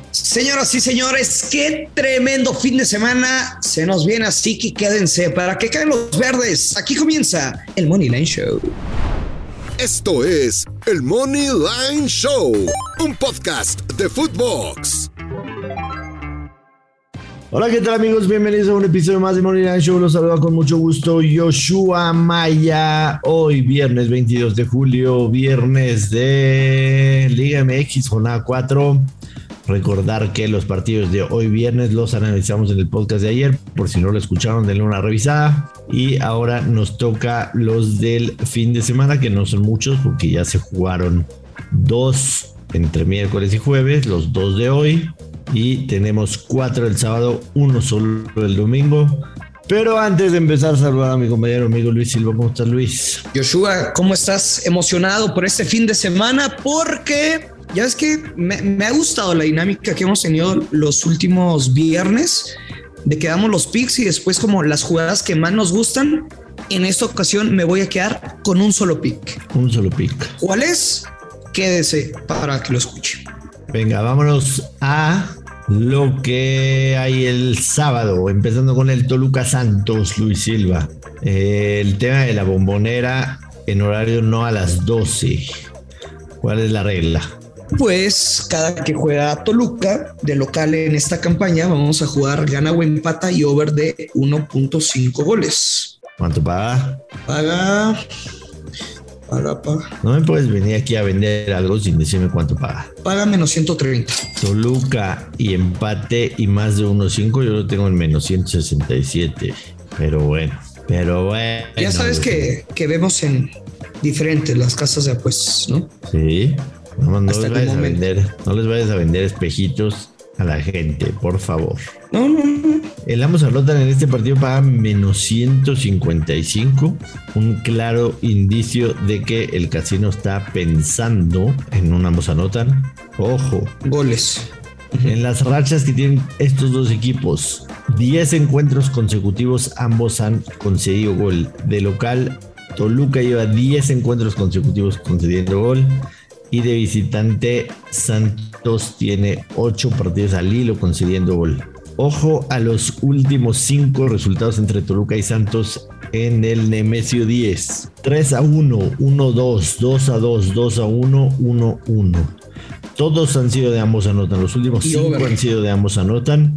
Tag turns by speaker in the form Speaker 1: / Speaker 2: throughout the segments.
Speaker 1: Señoras y señores, qué tremendo fin de semana se nos viene, así que quédense para que caen los verdes. Aquí comienza el Money Line Show.
Speaker 2: Esto es el Money Line Show, un podcast de Footbox.
Speaker 3: Hola, ¿qué tal, amigos? Bienvenidos a un episodio más de Money Line Show. Los saluda con mucho gusto Joshua Maya. Hoy viernes 22 de julio, viernes de Liga MX, jornada 4. Recordar que los partidos de hoy viernes los analizamos en el podcast de ayer. Por si no lo escucharon, denle una revisada. Y ahora nos toca los del fin de semana, que no son muchos porque ya se jugaron 2 entre miércoles y jueves, los 2 de hoy. Y tenemos 4 el sábado, 1 solo el domingo. Pero antes de empezar, saludar a mi compañero amigo Luis Silva. ¿Cómo estás, Luis?
Speaker 1: Joshua, ¿cómo estás? Emocionado por este fin de semana porque ya ves que me ha gustado la dinámica que hemos tenido los últimos viernes, de que damos los picks y después como las jugadas que más nos gustan. En esta ocasión me voy a quedar con un solo pick.
Speaker 3: Un solo pick.
Speaker 1: ¿Cuál es? Quédese para que lo escuche.
Speaker 3: Venga, vámonos a lo que hay el sábado, empezando con el Toluca Santos, Luis Silva. El tema de la Bombonera en horario no a las 12. ¿Cuál es la regla?
Speaker 1: Pues cada que juega Toluca de local en esta campaña, vamos a jugar gana o empata y over de 1.5 goles.
Speaker 3: ¿Cuánto paga?
Speaker 1: Paga.
Speaker 3: No me puedes venir aquí a vender algo sin decirme cuánto paga.
Speaker 1: Paga menos 130.
Speaker 3: Toluca y empate y más de 1.5, yo lo tengo en menos 167. Pero bueno.
Speaker 1: Ya sabes que vemos en diferentes las casas de apuestas, ¿no?
Speaker 3: Sí. No les vayas a vender espejitos a la gente, por favor.
Speaker 1: No.
Speaker 3: El ambos anotan en este partido paga menos 155. Un claro indicio de que el casino está pensando en un ambos anotan. Ojo.
Speaker 1: Goles.
Speaker 3: En las rachas que tienen estos dos equipos, 10 encuentros consecutivos, ambos han concedido gol. De local, Toluca lleva 10 encuentros consecutivos concediendo gol. Y de visitante, Santos tiene 8 partidos al hilo concediendo gol. Ojo a los últimos 5 resultados entre Toluca y Santos en el Nemesio 10. 3-1, 1-2, 2-2, 2-1, 1-1. Todos han sido de ambos anotan. Los últimos 5 han sido de ambos anotan.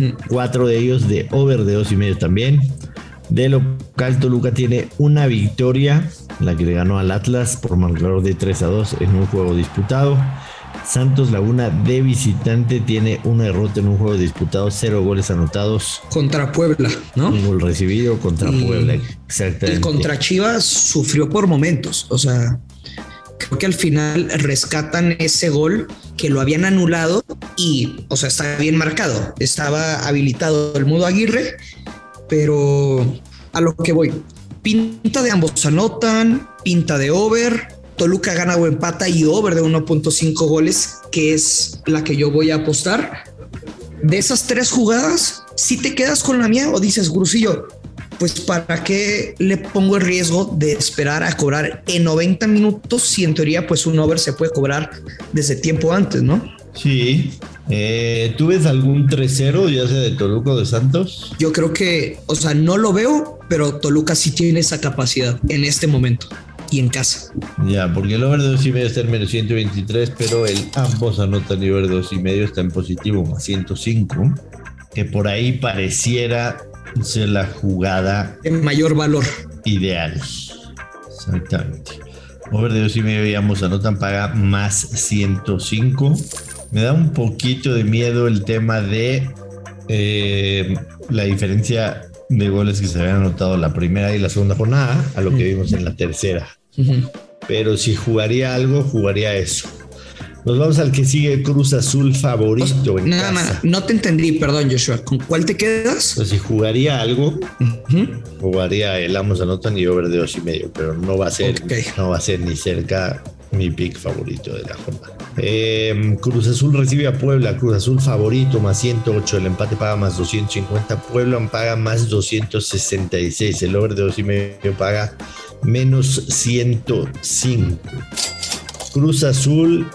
Speaker 3: 4 de ellos de over de 2.5 también. De local, Toluca tiene una victoria, la que le ganó al Atlas por marcador de 3-2 en un juego disputado. Santos Laguna de visitante tiene una derrota en un juego disputado, 0 goles anotados.
Speaker 1: Contra Puebla, ¿no?
Speaker 3: Un gol recibido contra Puebla, exactamente.
Speaker 1: Y contra Chivas sufrió por momentos, o sea, creo que al final rescatan ese gol que lo habían anulado y, o sea, está bien marcado. Estaba habilitado el Mudo Aguirre, pero a lo que voy, pinta de ambos anotan, pinta de over. Toluca gana o empata y over de 1.5 goles, que es la que yo voy a apostar. De esas 3 jugadas, si te quedas con la mía o dices, Gurusillo, pues para qué le pongo el riesgo de esperar a cobrar en 90 minutos si en teoría pues un over se puede cobrar desde tiempo antes, ¿no?
Speaker 3: Sí. ¿Tú ves algún 3-0 ya sea de Toluca o de Santos?
Speaker 1: Yo creo que, o sea, no lo veo, pero Toluca sí tiene esa capacidad en este momento y en casa.
Speaker 3: Ya, porque el over de 2.5 está en menos 123, pero el ambos anotan y over de 2.5 está en positivo, más 105, que por ahí pareciera ser la jugada
Speaker 1: en mayor valor
Speaker 3: ideal. Exactamente. Over de 2.5 y ambos anotan, paga más 105. Me da un poquito de miedo el tema de la diferencia de goles que se habían anotado la primera y la segunda jornada a lo que vimos en la tercera. Pero si jugaría algo, jugaría eso. Nos vamos al que sigue, Cruz Azul favorito, o sea,
Speaker 1: en casa. No te entendí, perdón, Joshua. ¿Con cuál te quedas?
Speaker 3: Pues si jugaría algo, jugaría el ambos anotan y over de 2.5, pero no va a ser, no va a ser ni cerca mi pick favorito de la jornada. Cruz Azul recibe a Puebla. Cruz Azul favorito, más 108. El empate paga más 250. Puebla paga más 266. El over de 2.5 paga menos 105. Cruz Azul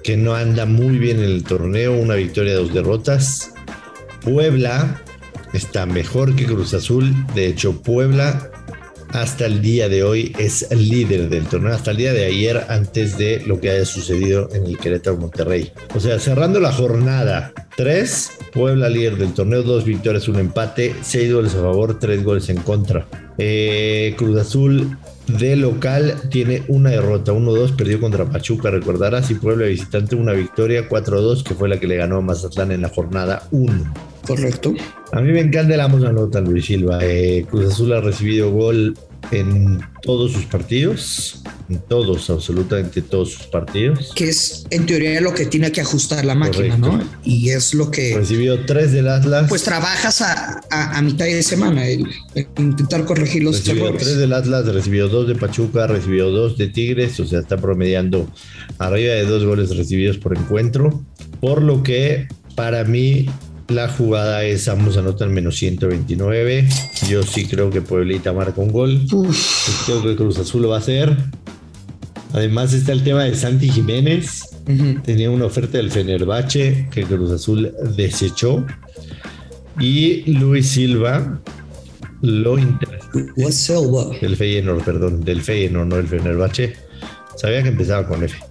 Speaker 3: que no anda muy bien en el torneo, una victoria, 2 derrotas. Puebla está mejor que Cruz Azul. De hecho, Puebla hasta el día de hoy es el líder del torneo, hasta el día de ayer, antes de lo que haya sucedido en el Querétaro Monterrey. O sea, cerrando la jornada 3, Puebla líder del torneo, 2 victorias, 1 empate, 6 goles a favor, 3 goles en contra. Cruz Azul de local tiene una derrota, 1-2, perdió contra Pachuca, recordarás, y Puebla visitante una victoria, 4-2, que fue la que le ganó a Mazatlán en la jornada 1.
Speaker 1: Correcto.
Speaker 3: A mí me encanta la nota Luis Silva. Cruz Azul ha recibido gol en todos sus partidos, en todos, absolutamente todos sus partidos.
Speaker 1: Que es en teoría lo que tiene que ajustar la máquina,
Speaker 3: correcto,
Speaker 1: ¿no? Y es lo que...
Speaker 3: Recibió 3 del Atlas.
Speaker 1: Pues trabajas a mitad de semana, el intentar corregir los
Speaker 3: recibió
Speaker 1: errores.
Speaker 3: 3 del Atlas, recibió 2 de Pachuca, recibió 2 de Tigres, o sea, está promediando arriba de 2 goles recibidos por encuentro, por lo que para mí la jugada es ambos anotan menos 129. Yo sí creo que Pueblita marca un gol. Creo que Cruz Azul lo va a hacer. Además está el tema de Santi Jiménez. Tenía una oferta del Fenerbahce que Cruz Azul desechó. Y Luis Silva lo interesó. Del Feyenoord, perdón. Del Feyenoord, no del Fenerbahce. Sabía que empezaba con F.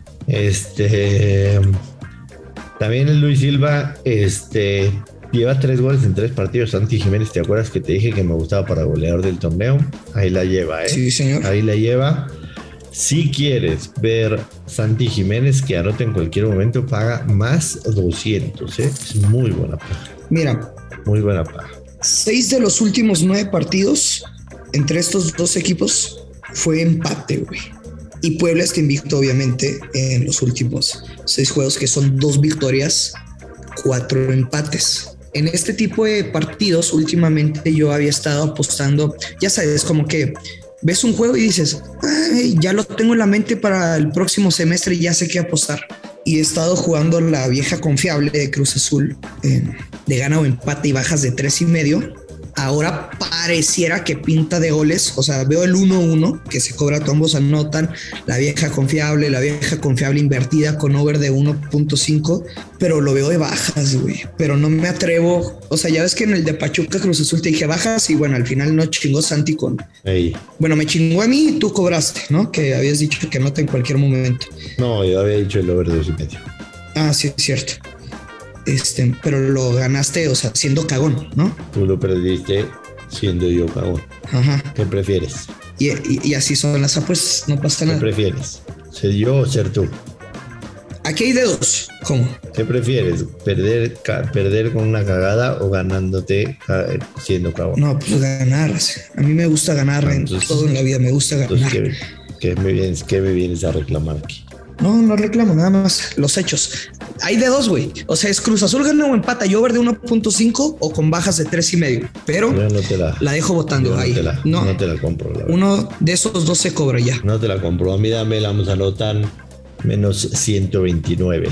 Speaker 3: También el Luis Silva lleva 3 goles en 3 partidos. Santi Jiménez, ¿te acuerdas que te dije que me gustaba para goleador del torneo? Ahí la lleva, ¿eh?
Speaker 1: Sí, señor.
Speaker 3: Ahí la lleva. Si quieres ver Santi Jiménez que anota en cualquier momento, paga más 200, ¿eh? Es muy buena paga.
Speaker 1: Mira.
Speaker 3: Muy buena paga.
Speaker 1: 6 de los últimos 9 partidos entre estos dos equipos fue empate, güey. Y Puebla está invicto, obviamente, en los últimos 6 juegos, que son 2 victorias, 4 empates. En este tipo de partidos, últimamente yo había estado apostando, ya sabes, como que ves un juego y dices, ay, ya lo tengo en la mente para el próximo semestre y ya sé qué apostar. Y he estado jugando la vieja confiable de Cruz Azul, de gana o empate y bajas de 3.5. Ahora pareciera que pinta de goles, o sea, veo el 1-1 que se cobra, ambos anotan, la vieja confiable invertida con over de 1.5, pero lo veo de bajas, güey, pero no me atrevo, o sea, ya ves que en el de Pachuca Cruz Azul te dije bajas y bueno, al final no chingó Santi con...
Speaker 3: Hey.
Speaker 1: Bueno, me chingó a mí y tú cobraste, ¿no? Que habías dicho que anota en cualquier momento.
Speaker 3: No, yo había dicho el over de 2.5.
Speaker 1: Ah, sí, es cierto. Pero lo ganaste, o sea, siendo cagón, ¿no?
Speaker 3: Tú lo perdiste siendo yo cagón.
Speaker 1: Ajá.
Speaker 3: ¿Qué prefieres?
Speaker 1: Y así son las apuestas, no pasa nada.
Speaker 3: ¿Qué prefieres? ¿Ser yo o ser tú?
Speaker 1: Aquí hay de dos. ¿Cómo?
Speaker 3: ¿Qué prefieres? ¿Perder con una cagada o ganándote siendo cagón?
Speaker 1: No, pues ganar. A mí me gusta ganar, entonces, todo en la vida me gusta ganar.
Speaker 3: Entonces, ¿qué me vienes a reclamar aquí?
Speaker 1: No reclamo, nada más los hechos. Hay de dos, güey. O sea, es Cruz Azul gana o empata, yo over de 1.5 o con bajas de 3.5. Pero no la dejo votando ahí.
Speaker 3: No te la compro.
Speaker 1: Uno de esos dos se cobra ya.
Speaker 3: No te la compro. A mí dame, la vamos a anotar menos 129.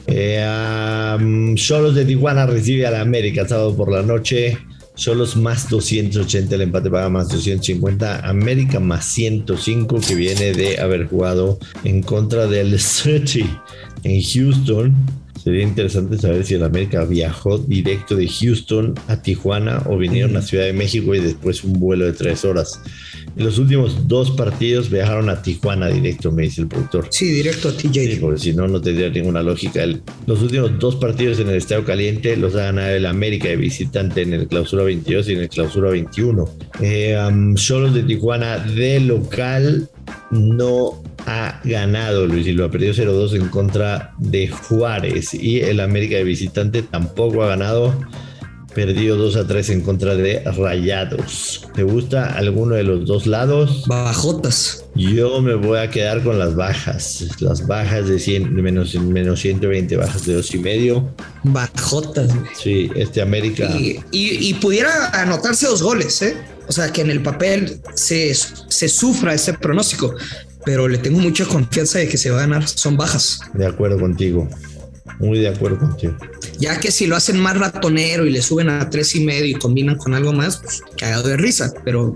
Speaker 3: Xolos de Tijuana recibe a la América sábado por la noche. Xolos más 280, el empate paga más 250, América más 105, que viene de haber jugado en contra del City en Houston. Sería interesante saber si el América viajó directo de Houston a Tijuana o vinieron a Ciudad de México y después un vuelo de 3 horas. En los últimos 2 partidos viajaron a Tijuana directo, me dice el productor.
Speaker 1: Sí, directo a TJ.
Speaker 3: Sí, porque si no, no tendría ninguna lógica. Los últimos 2 partidos en el Estadio Caliente los ha ganado el América de visitante en el Clausura 22 y en el Clausura 21. Xolos de Tijuana de local no ha ganado, Luis Silva, perdió 0-2 en contra de Juárez, y el América de visitante tampoco ha ganado, perdió 2-3 en contra de Rayados. ¿Te gusta alguno de los dos lados?
Speaker 1: Bajotas.
Speaker 3: Yo me voy a quedar con las bajas de 100, menos 120, bajas de 2.5.
Speaker 1: Bajotas, güey.
Speaker 3: Sí, América.
Speaker 1: Y pudiera anotarse 2 goles, ¿eh? O sea, que en el papel se sufra ese pronóstico, pero le tengo mucha confianza de que se va a ganar, son bajas.
Speaker 3: De acuerdo contigo, muy de acuerdo contigo.
Speaker 1: Ya que si lo hacen más ratonero y le suben a 3.5 y combinan con algo más, pues cagado de risa, pero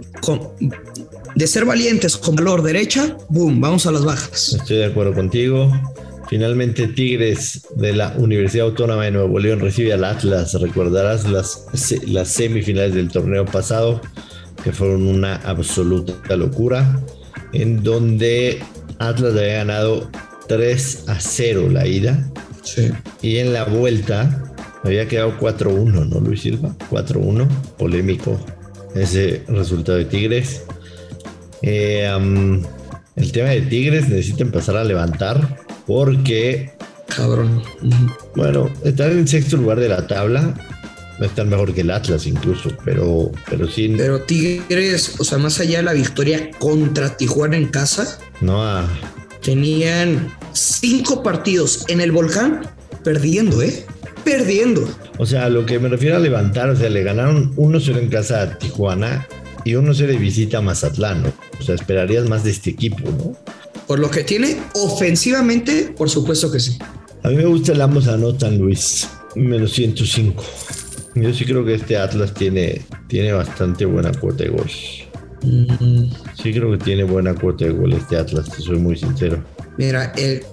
Speaker 1: de ser valientes con valor derecha, boom, vamos a las bajas.
Speaker 3: Estoy de acuerdo contigo. Finalmente, Tigres de la Universidad Autónoma de Nuevo León recibe al Atlas. Recordarás las semifinales del torneo pasado, que fueron una absoluta locura, en donde Atlas había ganado 3-0 la ida.
Speaker 1: Sí. Y
Speaker 3: en la vuelta había quedado 4-1, ¿no, Luis Silva? 4-1, polémico ese resultado de Tigres. El tema de Tigres, necesita empezar a levantar porque...
Speaker 1: Cabrón.
Speaker 3: Bueno, están en sexto lugar de la tabla. Están mejor que el Atlas incluso, pero sí.
Speaker 1: Pero Tigres, o sea, más allá de la victoria contra Tijuana en casa, tenían 5 partidos en el Volcán perdiendo. Perdiendo.
Speaker 3: O sea, lo que me refiero a levantar, o sea, le ganaron 1-0 en casa a Tijuana y 1-0 de visita a Mazatlán, ¿no? O sea, esperarías más de este equipo, ¿no?
Speaker 1: Por lo que tiene ofensivamente, por supuesto que sí.
Speaker 3: A mí me gusta el ambos anotan, Luis. Menos 105. Yo sí creo que este Atlas tiene bastante buena cuota de gol. Sí creo que tiene buena cuota de gol este Atlas, te soy muy sincero.
Speaker 1: Mira,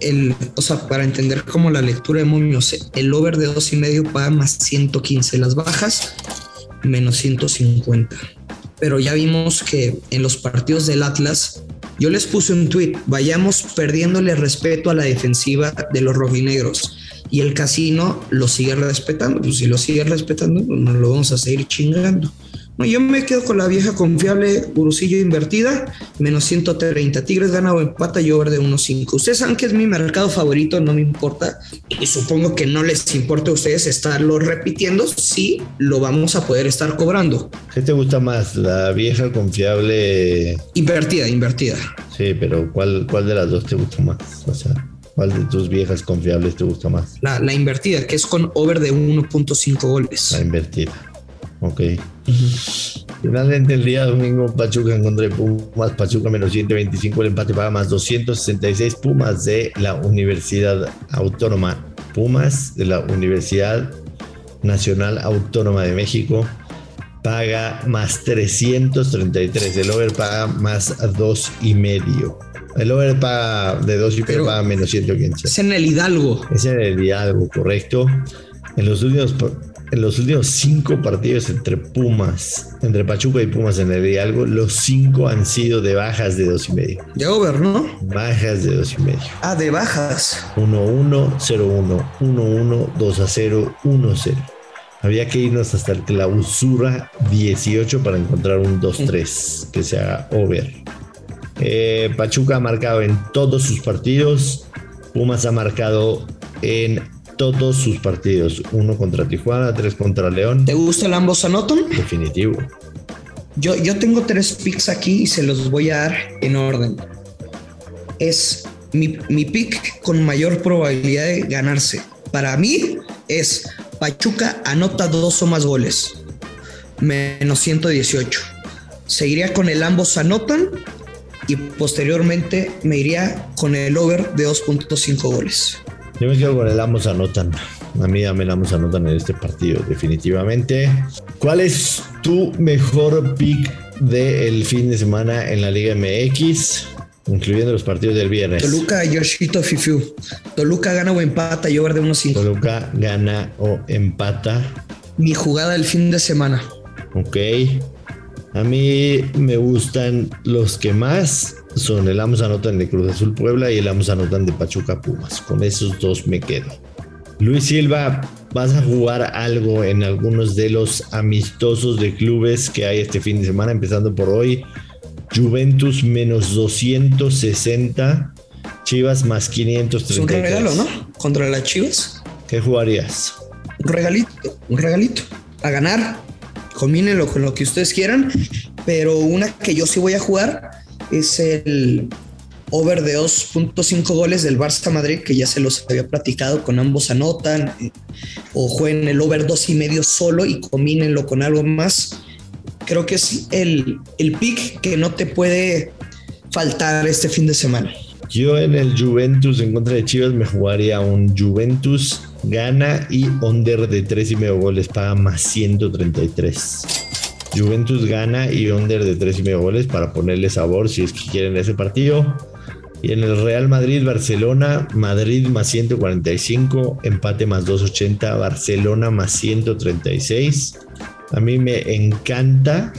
Speaker 1: o sea, para entender como la lectura de momios, el over de 2.5 paga más 115, las bajas menos 150. Pero ya vimos que en los partidos del Atlas, yo les puse un tweet, vayamos perdiéndole respeto a la defensiva de los rojinegros. Y el casino lo sigue respetando. Pues si lo sigue respetando, pues nos lo vamos a seguir chingando. No, yo me quedo con la vieja confiable Gurusillo invertida, menos 130. Tigres gana o empata y over de 1.5. Ustedes saben que es mi mercado favorito, no me importa. Y supongo que no les importa a ustedes estarlo repitiendo. Sí, lo vamos a poder estar cobrando.
Speaker 3: ¿Qué te gusta más? ¿La vieja confiable?
Speaker 1: Invertida.
Speaker 3: Sí, pero ¿cuál de las dos te gusta más? O sea, ¿cuál de tus viejas confiables te gusta más?
Speaker 1: La invertida, que es con over de 1.5 goles.
Speaker 3: La invertida. Ok. Finalmente el día domingo, Pachuca en contra de Pumas. Pachuca menos 125, el empate paga más 266. Pumas de la Universidad Autónoma. Pumas de la Universidad Nacional Autónoma de México paga más 333. El over paga más 2.5. El over paga de 2.5 paga menos 115.
Speaker 1: Es en el Hidalgo.
Speaker 3: Es en el Hidalgo, correcto. En los últimos 5 partidos entre Pachuca y Pumas en el Hidalgo, los 5 han sido de bajas de 2.5.
Speaker 1: De over, ¿no?
Speaker 3: Bajas de 2.5.
Speaker 1: Ah, de bajas.
Speaker 3: 1-1, 0-1, 1-1, 2-0, 1-0. Había que irnos hasta el clausura 18 para encontrar un 2-3 que se haga over. Pachuca ha marcado en todos sus partidos. Pumas ha marcado en todos sus partidos. 1 contra Tijuana, 3 contra León.
Speaker 1: ¿Te gusta el ambos anotan?
Speaker 3: Definitivo.
Speaker 1: Yo tengo 3 picks aquí y se los voy a dar en orden. Es mi pick con mayor probabilidad de ganarse. Para mí es Pachuca anota 2 o más goles. Menos 118. Seguiría con el ambos anotan y posteriormente me iría con el over de 2.5 goles.
Speaker 3: Yo me quedo con el ambos anotan. A mí dame el ambos anotan en este partido, definitivamente. ¿Cuál es tu mejor pick del fin de semana en la Liga MX, incluyendo los partidos del viernes?
Speaker 1: Toluca, Yoshito Fifiu. Toluca gana o empata y over de 1.5.
Speaker 3: Toluca gana o empata.
Speaker 1: Mi jugada del fin de semana.
Speaker 3: Ok. A mí me gustan los que más son el ambos anotan de Cruz Azul Puebla y el ambos anotan de Pachuca Pumas. Con esos 2 me quedo. Luis Silva, ¿vas a jugar algo en algunos de los amistosos de clubes que hay este fin de semana? Empezando por hoy, Juventus menos 260, Chivas más 533.
Speaker 1: Es un regalo, ¿no? Contra las Chivas.
Speaker 3: ¿Qué jugarías?
Speaker 1: Un regalito. A ganar. Combínenlo con lo que ustedes quieran, pero una que yo sí voy a jugar es el over de 2.5 goles del Barça Madrid, que ya se los había platicado, con ambos anotan, o jueguen el over 2.5 solo y combínenlo con algo más. Creo que es el pick que no te puede faltar este fin de semana.
Speaker 3: Yo en el Juventus en contra de Chivas me jugaría un Juventus gana y under de 3.5 goles, paga más 133. Juventus gana y under de 3.5 goles para ponerle sabor si es que quieren ese partido. Y en el Real Madrid-Barcelona, Madrid más 145, empate más 280, Barcelona más 136. A mí me encanta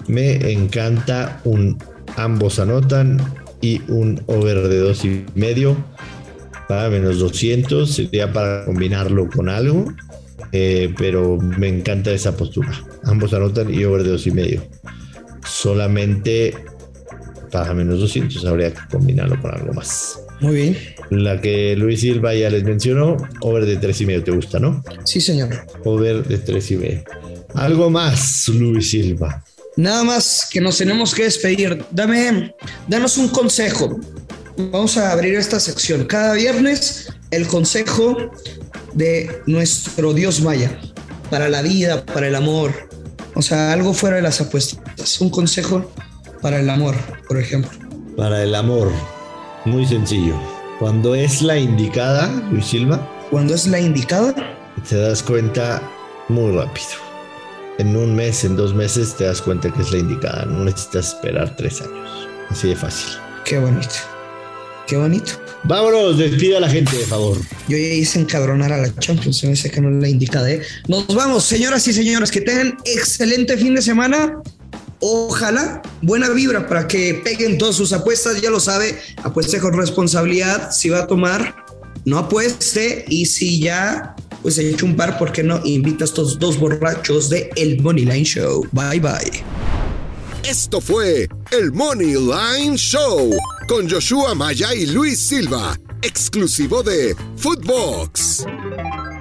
Speaker 3: un ambos anotan y un over de 2.5 para menos 200. Sería para combinarlo con algo, pero me encanta esa postura. Ambos anotan y over de 2.5. Solamente para menos 200 habría que combinarlo con algo más.
Speaker 1: Muy bien.
Speaker 3: La que Luis Silva ya les mencionó, over de 3.5 te gusta, ¿no?
Speaker 1: Sí, señor.
Speaker 3: Over de 3.5. Algo más, Luis Silva.
Speaker 1: Nada más que nos tenemos que despedir. Danos un consejo. Vamos a abrir esta sección. Cada viernes, el consejo de nuestro Dios Maya. Para la vida, para el amor. O sea, algo fuera de las apuestas. Un consejo para el amor, por ejemplo.
Speaker 3: Para el amor, muy sencillo. Cuando es la indicada, Luis Silva.
Speaker 1: Cuando es la indicada.
Speaker 3: Te das cuenta muy rápido. En un mes, en 2 meses te das cuenta que es la indicada. No necesitas esperar 3 años. Así de fácil.
Speaker 1: Qué bonito. Qué bonito.
Speaker 3: Vámonos, despide a la gente, de favor.
Speaker 1: Yo ya hice encabronar a la Champions. Se me dice que no es la indicada, ¿eh? Nos vamos, señoras y señores. Que tengan excelente fin de semana. Ojalá, buena vibra para que peguen todas sus apuestas. Ya lo sabe, apueste con responsabilidad. Si va a tomar, no apueste. Y si ya pues se echa un par, ¿por qué no? Invita a estos 2 borrachos de El Money Line Show. Bye, bye.
Speaker 2: Esto fue el Money Line Show con Joshua Maya y Luis Silva, exclusivo de Footbox.